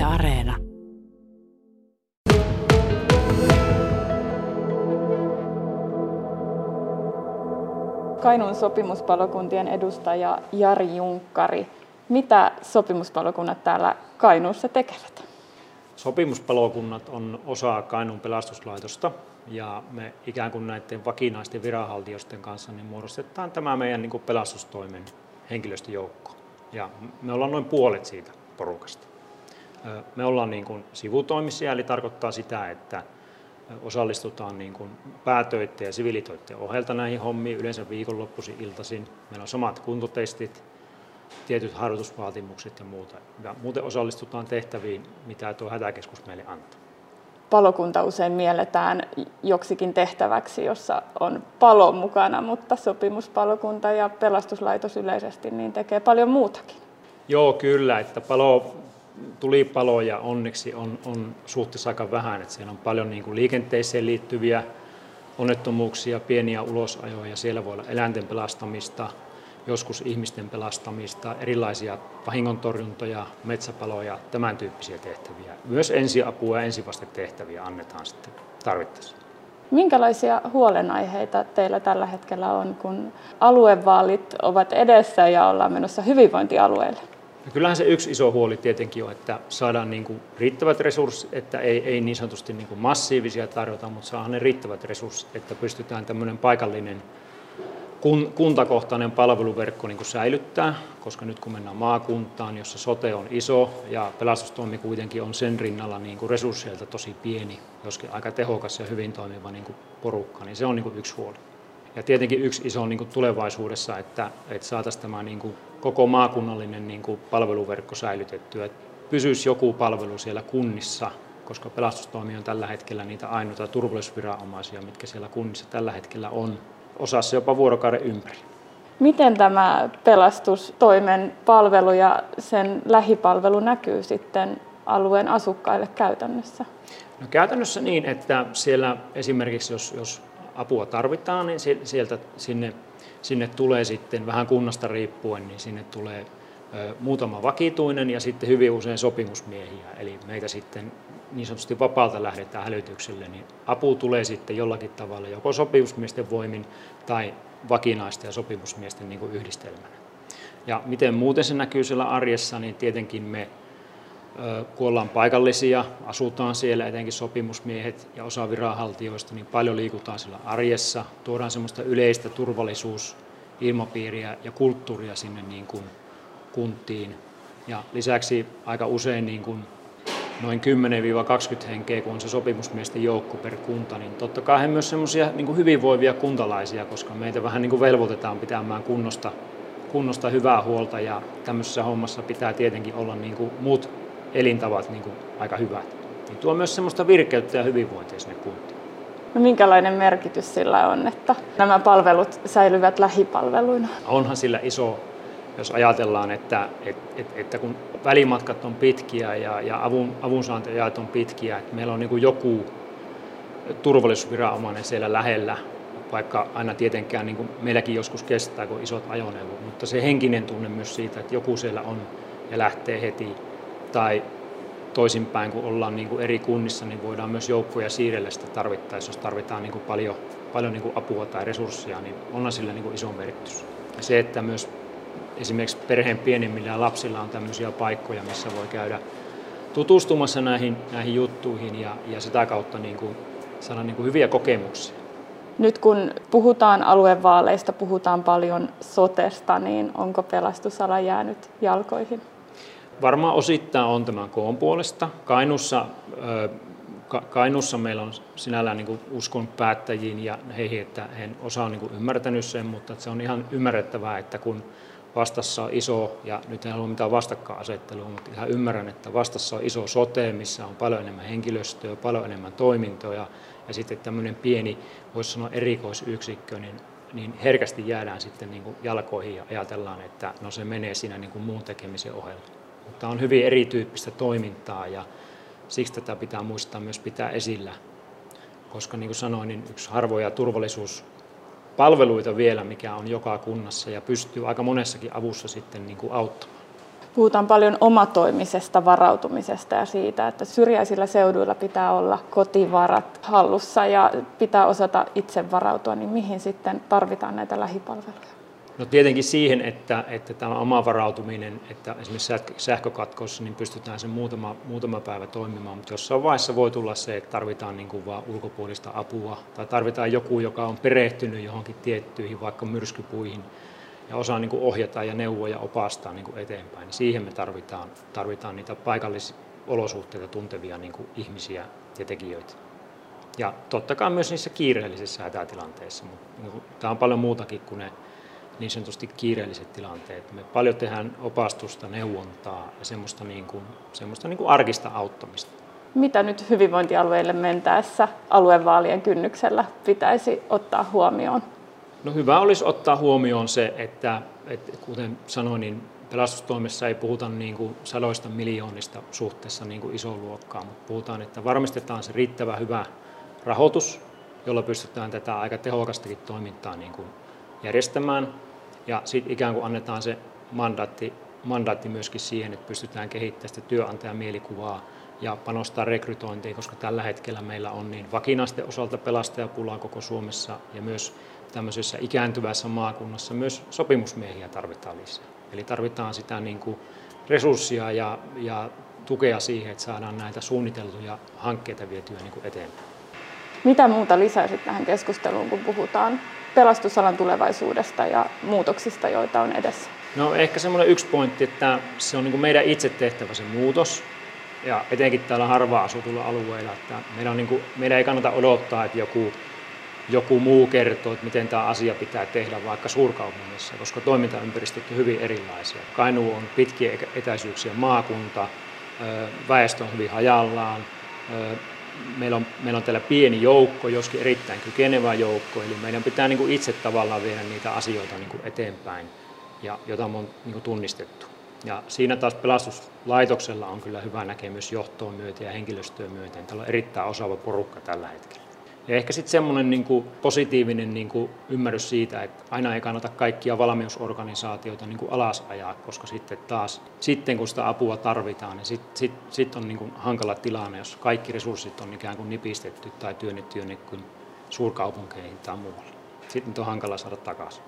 Areena. Kainuun sopimuspalokuntien edustaja Jari Junkkari. Mitä sopimuspalokunnat täällä Kainuussa tekevät? Sopimuspalokunnat on osa Kainuun pelastuslaitosta ja me ikään kuin näiden vakinaisten viranhaltijoiden kanssa niin muodostetaan tämä meidän pelastustoimen henkilöstöjoukko. Ja me ollaan noin puolet siitä porukasta. Me ollaan sivutoimisia, eli tarkoittaa sitä, että osallistutaan päätöiden ja siviilitöiden ohjelta näihin hommiin, yleensä viikonloppuisin, iltaisin. Meillä on samat kuntotestit, tietyt harjoitusvaatimukset ja muuta. Ja muuten osallistutaan tehtäviin, mitä tuo hätäkeskus meille antaa. Palokunta usein mielletään joksikin tehtäväksi, jossa on palo mukana, mutta sopimuspalokunta ja pelastuslaitos yleisesti niin tekee paljon muutakin. Joo, kyllä, että tulipaloja onneksi on suhteessa aika vähän. Että siellä on paljon liikenteeseen liittyviä onnettomuuksia, pieniä ulosajoja, siellä voi olla eläinten pelastamista, joskus ihmisten pelastamista, erilaisia vahingontorjuntoja, metsäpaloja, tämän tyyppisiä tehtäviä. Myös ensiapua ja ensivastetehtäviä annetaan sitten tarvittaessa. Minkälaisia huolenaiheita teillä tällä hetkellä on, kun aluevaalit ovat edessä ja ollaan menossa hyvinvointialueelle? Kyllähän se yksi iso huoli tietenkin on, että saadaan riittävät resurssit, että ei niin sanotusti massiivisia tarjota, mutta saadaan ne riittävät resurssit, että pystytään tämmöinen paikallinen kuntakohtainen palveluverkko säilyttää, koska nyt kun mennään maakuntaan, jossa sote on iso ja pelastustoimi kuitenkin on sen rinnalla resursseilta tosi pieni, joskin aika tehokas ja hyvin toimiva porukka, niin se on yksi huoli. Ja tietenkin yksi iso tulevaisuudessa, että saataisiin tämä koko maakunnallinen palveluverkko säilytettyä, että pysyisi joku palvelu siellä kunnissa, koska pelastustoimi on tällä hetkellä niitä ainoita turvallisuusviranomaisia, mitkä siellä kunnissa tällä hetkellä on, osassa jopa vuorokauden ympäri. Miten tämä pelastustoimen palvelu ja sen lähipalvelu näkyy sitten alueen asukkaille käytännössä? No käytännössä niin, että siellä esimerkiksi jos apua tarvitaan, niin sieltä sinne tulee sitten vähän kunnasta riippuen, niin sinne tulee muutama vakituinen ja sitten hyvin usein sopimusmiehiä. Eli meitä sitten niin sanotusti vapaalta lähdetään hälytykselle, niin apu tulee sitten jollakin tavalla joko sopimusmiesten voimin tai vakinaisten ja sopimusmiesten yhdistelmänä. Ja miten muuten se näkyy siellä arjessa, niin tietenkin me kun ollaan paikallisia, asutaan siellä, etenkin sopimusmiehet ja osa viranhaltijoista, niin paljon liikutaan siellä arjessa, tuodaan semmoista yleistä turvallisuusilmapiiriä ja kulttuuria sinne kuntiin. Ja lisäksi aika usein noin 10-20 henkeä, kun on se sopimusmiesten joukko per kunta, niin totta kai he myös semmoisia hyvinvoivia kuntalaisia, koska meitä vähän velvoitetaan pitämään kunnosta hyvää huolta ja tämmöisessä hommassa pitää tietenkin olla muut elintavat aika hyvät. Niin tuo myös semmoista virkeyttä ja hyvinvointia sinne kuntiin. No minkälainen merkitys sillä on, että nämä palvelut säilyvät lähipalveluina? Onhan sillä iso, jos ajatellaan, että kun välimatkat on pitkiä ja avunsaantiajat on pitkiä, että meillä on joku turvallisuusviranomainen siellä lähellä, vaikka aina tietenkään meilläkin joskus kestää, kun isot ajoneuvot, mutta se henkinen tunne myös siitä, että joku siellä on ja lähtee heti, tai toisinpäin, kun ollaan eri kunnissa, niin voidaan myös joukkoja siirrellä sitä tarvittaessa, jos tarvitaan paljon apua tai resursseja, niin onhan sillä iso merkitys. Ja se, että myös esimerkiksi perheen pienemmillä lapsilla on tämmöisiä paikkoja, missä voi käydä tutustumassa näihin juttuihin ja sitä kautta saada hyviä kokemuksia. Nyt kun puhutaan aluevaaleista, puhutaan paljon sotesta, niin onko pelastusala jäänyt jalkoihin? Varmaan osittain on tämän koon puolesta. Kainuussa meillä on sinällään uskon päättäjiin ja heihin, että osa on ymmärtänyt sen, mutta se on ihan ymmärrettävää, että kun vastassa on iso, ja nyt en halua mitään vastakkainasettelua, mutta ihan ymmärrän, että vastassa on iso sote, missä on paljon enemmän henkilöstöä, paljon enemmän toimintoja, ja sitten tämmöinen pieni, voisi sanoa erikoisyksikkö, niin herkästi jäädään sitten jalkoihin ja ajatellaan, että no se menee siinä muun tekemisen ohella. Mutta on hyvin erityyppistä toimintaa ja siksi tätä pitää muistaa myös pitää esillä, koska niin kuin sanoin, niin yksi harvoja turvallisuuspalveluita vielä, mikä on joka kunnassa ja pystyy aika monessakin avussa sitten auttamaan. Puhutaan paljon omatoimisesta varautumisesta ja siitä, että syrjäisillä seuduilla pitää olla kotivarat hallussa ja pitää osata itse varautua, niin mihin sitten tarvitaan näitä lähipalveluja? No tietenkin siihen, että tämä oma varautuminen, että esimerkiksi sähkökatkossa niin pystytään sen muutama päivä toimimaan, mutta jossain vaiheessa voi tulla se, että tarvitaan niin kuin vaan ulkopuolista apua tai tarvitaan joku, joka on perehtynyt johonkin tiettyihin vaikka myrskypuihin ja osaa niin kuin ohjata ja neuvoa ja opastaa niin kuin eteenpäin. Niin siihen me tarvitaan niitä paikallisolosuhteita tuntevia niin kuin ihmisiä ja tekijöitä. Ja totta kai myös niissä kiireellisissä hätätilanteissa, mutta tämä on paljon muutakin kuin ne niin sanotusti kiireelliset tilanteet. Me paljon tehdään opastusta, neuvontaa ja semmoista arkista auttamista. Mitä nyt hyvinvointialueille mentäessä aluevaalien kynnyksellä pitäisi ottaa huomioon? No hyvä olisi ottaa huomioon se, että kuten sanoin, niin pelastustoimessa ei puhuta niin kuin sadoista miljoonista suhteessa niin kuin isoon luokkaan, mutta puhutaan, että varmistetaan se riittävä hyvä rahoitus, jolla pystytään tätä aika tehokastakin toimintaa niin kuin järjestämään. Ja sitten ikään kuin annetaan se mandaatti myöskin siihen, että pystytään kehittämään sitä työnantajan mielikuvaa ja panostaa rekrytointiin, koska tällä hetkellä meillä on niin vakinaisten osalta pelastajapulaa koko Suomessa ja myös tämmöisessä ikääntyvässä maakunnassa myös sopimusmiehiä tarvitaan lisää. Eli tarvitaan sitä niin kuin resurssia ja tukea siihen, että saadaan näitä suunniteltuja hankkeita vietyä niin kuin eteenpäin. Mitä muuta lisäisit tähän keskusteluun, kun puhutaan pelastusalan tulevaisuudesta ja muutoksista, joita on edessä? No ehkä semmoinen yksi pointti, että se on niin kuin meidän itse tehtävä se muutos. Ja etenkin täällä harvaan asutulla alueilla, että meidän ei kannata odottaa, että joku muu kertoo, että miten tämä asia pitää tehdä vaikka suurkaupungissa, koska toimintaympäristöt on hyvin erilaisia. Kainuu on pitkien etäisyyksien maakunta, väestö on hyvin hajallaan, meillä on täällä pieni joukko, joskin erittäin kykenevä joukko, eli meidän pitää niin kuin itse tavallaan viedä niitä asioita niin kuin eteenpäin, ja jota on niin kuin tunnistettu. Ja siinä taas pelastuslaitoksella on kyllä hyvä näkemys johtoon myöten ja henkilöstöön myöten. Täällä on erittäin osaava porukka tällä hetkellä. Ja ehkä sitten semmoinen niin kuin positiivinen niin kuin ymmärrys siitä, että aina ei kannata kaikkia valmiusorganisaatioita niin kuin alas ajaa, koska sitten kun sitä apua tarvitaan, niin sitten on niin kuin hankala tilanne, jos kaikki resurssit on ikään kuin nipistetty tai työnnetty jonnekin suurkaupunkeihin tai muualle. Sitten on hankala saada takaisin.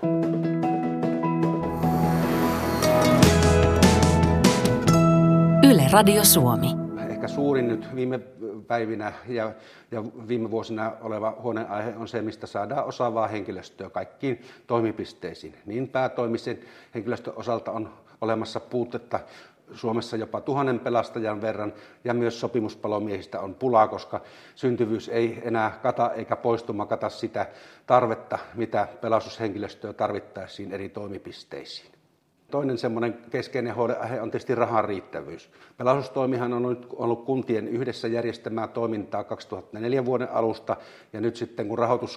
Yle Radio Suomi. Ehkä suurin nyt viime päivinä ja viime vuosina oleva huolenaihe on se, mistä saadaan osaavaa henkilöstöä kaikkiin toimipisteisiin. Niin päätoimisen henkilöstön osalta on olemassa puutetta Suomessa jopa 1000 pelastajan verran ja myös sopimuspalomiehistä on pulaa, koska syntyvyys ei enää kata eikä poistuma kata sitä tarvetta, mitä pelastushenkilöstöä tarvittaisiin eri toimipisteisiin. Toinen semmoinen keskeinen huolenaihe on tietysti rahan riittävyys. Pelastustoimihan on nyt ollut kuntien yhdessä järjestämää toimintaa 2004 vuoden alusta, ja nyt sitten kun rahoitus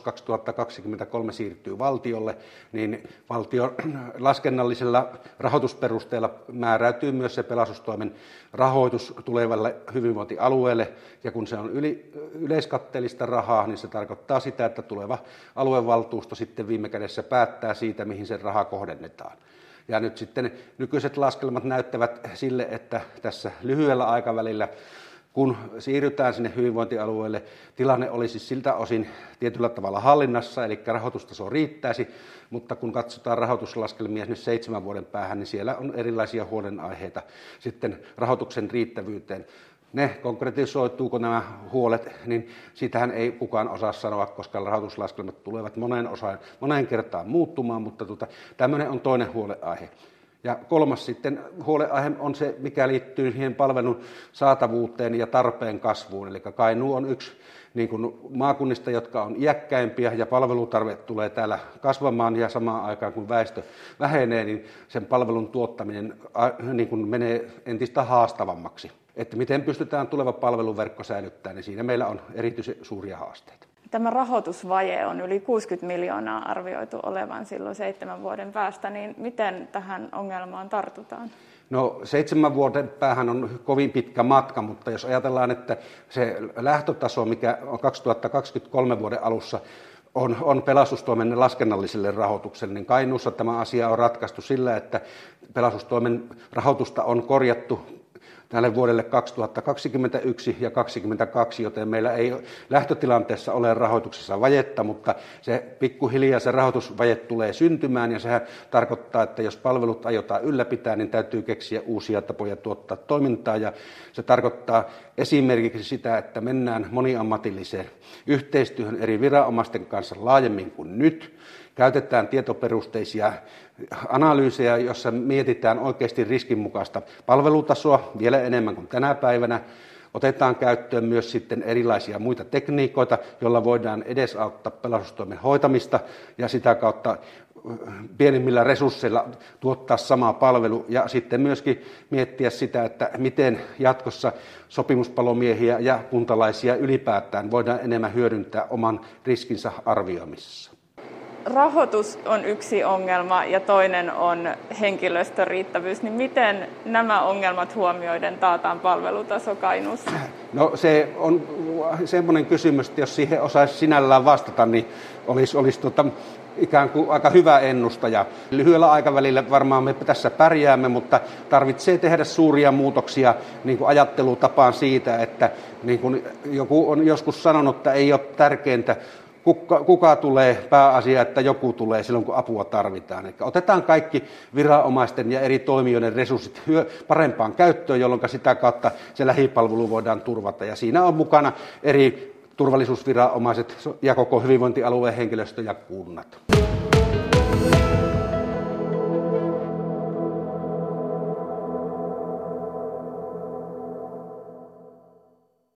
2023 siirtyy valtiolle, niin valtion laskennallisella rahoitusperusteella määräytyy myös se pelastustoimen rahoitus tulevalle hyvinvointialueelle, ja kun se on yleiskatteellista rahaa, niin se tarkoittaa sitä, että tuleva aluevaltuusto sitten viime kädessä päättää siitä, mihin se raha kohdennetaan. Ja nyt sitten nykyiset laskelmat näyttävät sille, että tässä lyhyellä aikavälillä, kun siirrytään sinne hyvinvointialueelle, tilanne olisi siltä osin tietyllä tavalla hallinnassa, eli rahoitustaso riittäisi, mutta kun katsotaan rahoituslaskelmia nyt 7 vuoden päähän, niin siellä on erilaisia huolenaiheita sitten rahoituksen riittävyyteen. Ne konkretisoituuko nämä huolet, niin sitähän ei kukaan osaa sanoa, koska rahoituslaskelmat tulevat moneen kertaan muuttumaan, mutta tämmöinen on toinen huolenaihe. Ja kolmas sitten huolenaihe on se, mikä liittyy siihen palvelun saatavuuteen ja tarpeen kasvuun. Eli Kainuu on yksi niin kuin maakunnista, jotka on iäkkäimpiä ja palvelutarve tulee täällä kasvamaan ja samaan aikaan kun väestö vähenee, niin sen palvelun tuottaminen niin kuin menee entistä haastavammaksi. Että miten pystytään tuleva palveluverkko säilyttämään, niin siinä meillä on erityisen suuria haasteita. Tämä rahoitusvaje on yli 60 miljoonaa arvioitu olevan silloin 7 vuoden päästä, niin miten tähän ongelmaan tartutaan? No 7 vuoden päähän on kovin pitkä matka, mutta jos ajatellaan, että se lähtötaso, mikä on 2023 vuoden alussa, on pelastustoimen laskennalliselle rahoitukselle, niin Kainuussa tämä asia on ratkaistu sillä, että pelastustoimen rahoitusta on korjattu tälle vuodelle 2021 ja 2022, joten meillä ei lähtötilanteessa ole rahoituksessa vajetta, mutta se pikkuhiljaa se rahoitusvaje tulee syntymään ja sehän tarkoittaa, että jos palvelut aiotaan ylläpitää, niin täytyy keksiä uusia tapoja tuottaa toimintaa ja se tarkoittaa esimerkiksi sitä, että mennään moniammatilliseen yhteistyöhön eri viranomaisten kanssa laajemmin kuin nyt. Käytetään tietoperusteisia analyysejä, jossa mietitään oikeasti riskinmukaista palvelutasoa vielä enemmän kuin tänä päivänä. Otetaan käyttöön myös sitten erilaisia muita tekniikoita, joilla voidaan edesauttaa pelastustoimen hoitamista ja sitä kautta pienimmillä resursseilla tuottaa sama palvelu ja sitten myöskin miettiä sitä, että miten jatkossa sopimuspalomiehiä ja kuntalaisia ylipäätään voidaan enemmän hyödyntää oman riskinsä arvioimisessa. Rahoitus on yksi ongelma ja toinen on henkilöstön riittävyys. Niin miten nämä ongelmat huomioiden taataan palvelutaso Kainuussa? No se on semmoinen kysymys, että jos siihen osaisi sinällään vastata, niin olisi ikään kuin aika hyvä ennustaja. Lyhyellä aikavälillä varmaan me tässä pärjäämme, mutta tarvitsee tehdä suuria muutoksia niin kuin ajattelutapaan siitä, että niin kuin joku on joskus sanonut, että ei ole tärkeintä, kuka tulee, pääasia, että joku tulee silloin, kun apua tarvitaan. Eli otetaan kaikki viranomaisten ja eri toimijoiden resurssit parempaan käyttöön, jolloin sitä kautta se lähipalvelu voidaan turvata. Ja siinä on mukana eri turvallisuusviranomaiset ja koko hyvinvointialueen henkilöstö ja kunnat.